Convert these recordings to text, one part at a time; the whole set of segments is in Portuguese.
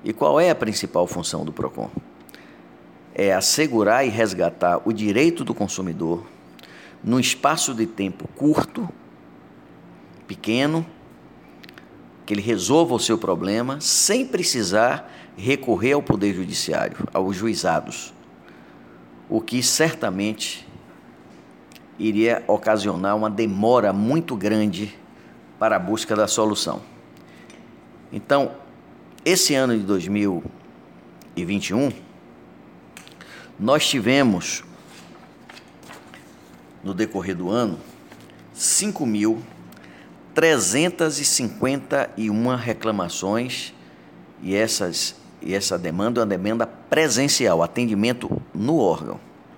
E qual é a principal função do PROCON? É assegurar e resgatar o direito do consumidor num espaço de tempo curto, pequeno, que ele resolva o seu problema sem precisar recorrer ao Poder Judiciário, aos juizados, o que certamente iria ocasionar uma demora muito grande para a busca da solução. Então, esse ano de 2021, nós tivemos, no decorrer do ano, 5.351 reclamações, e essa demanda é uma demanda presencial, atendimento no órgão.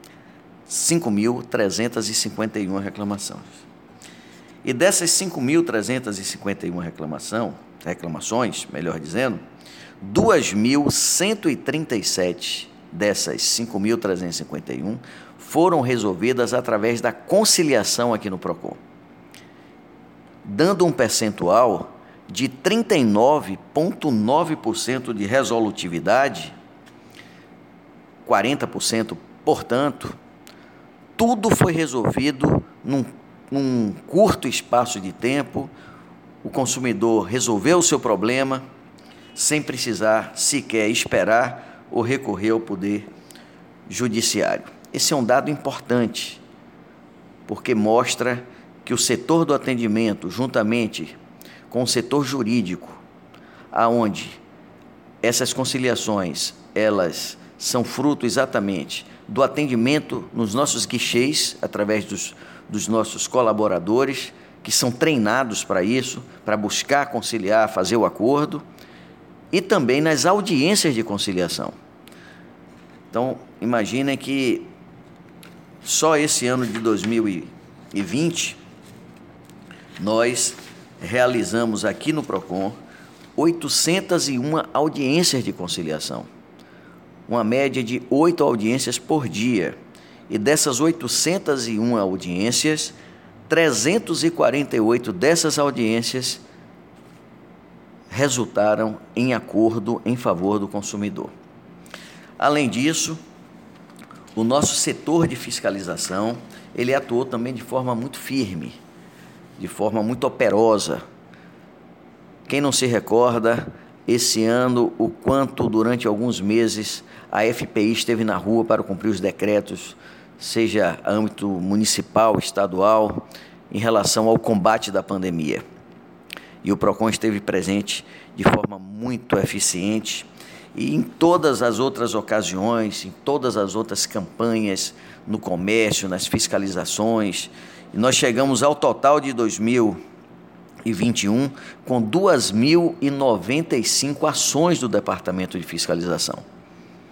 5.351 reclamações. E dessas 5.351 reclamações, melhor dizendo, 2.137 dessas 5.351 foram resolvidas através da conciliação aqui no PROCON, dando um percentual de 39,9% de resolutividade, 40%, portanto, tudo foi resolvido num curto espaço de tempo. O consumidor resolveu o seu problema sem precisar sequer esperar ou recorrer ao Poder Judiciário. Esse é um dado importante, porque mostra que o setor do atendimento, juntamente com o setor jurídico, aonde essas conciliações, elas são fruto exatamente do atendimento nos nossos guichês, através dos nossos colaboradores, que são treinados para isso, para buscar conciliar, fazer o acordo, e também nas audiências de conciliação. Então, imaginem que só esse ano de 2020, nós realizamos aqui no PROCON 801 audiências de conciliação, uma média de 8 audiências por dia. E dessas 801 audiências, 348 dessas audiências resultaram em acordo em favor do consumidor. Além disso, o nosso setor de fiscalização, ele atuou também de forma muito firme, de forma muito operosa. Quem não se recorda, esse ano, o quanto durante alguns meses a FPI esteve na rua para cumprir os decretos, seja âmbito municipal, estadual, em relação ao combate da pandemia. E o PROCON esteve presente de forma muito eficiente, e em todas as outras ocasiões, em todas as outras campanhas, no comércio, nas fiscalizações, e nós chegamos ao total de 2021 com 2.095 ações do Departamento de Fiscalização.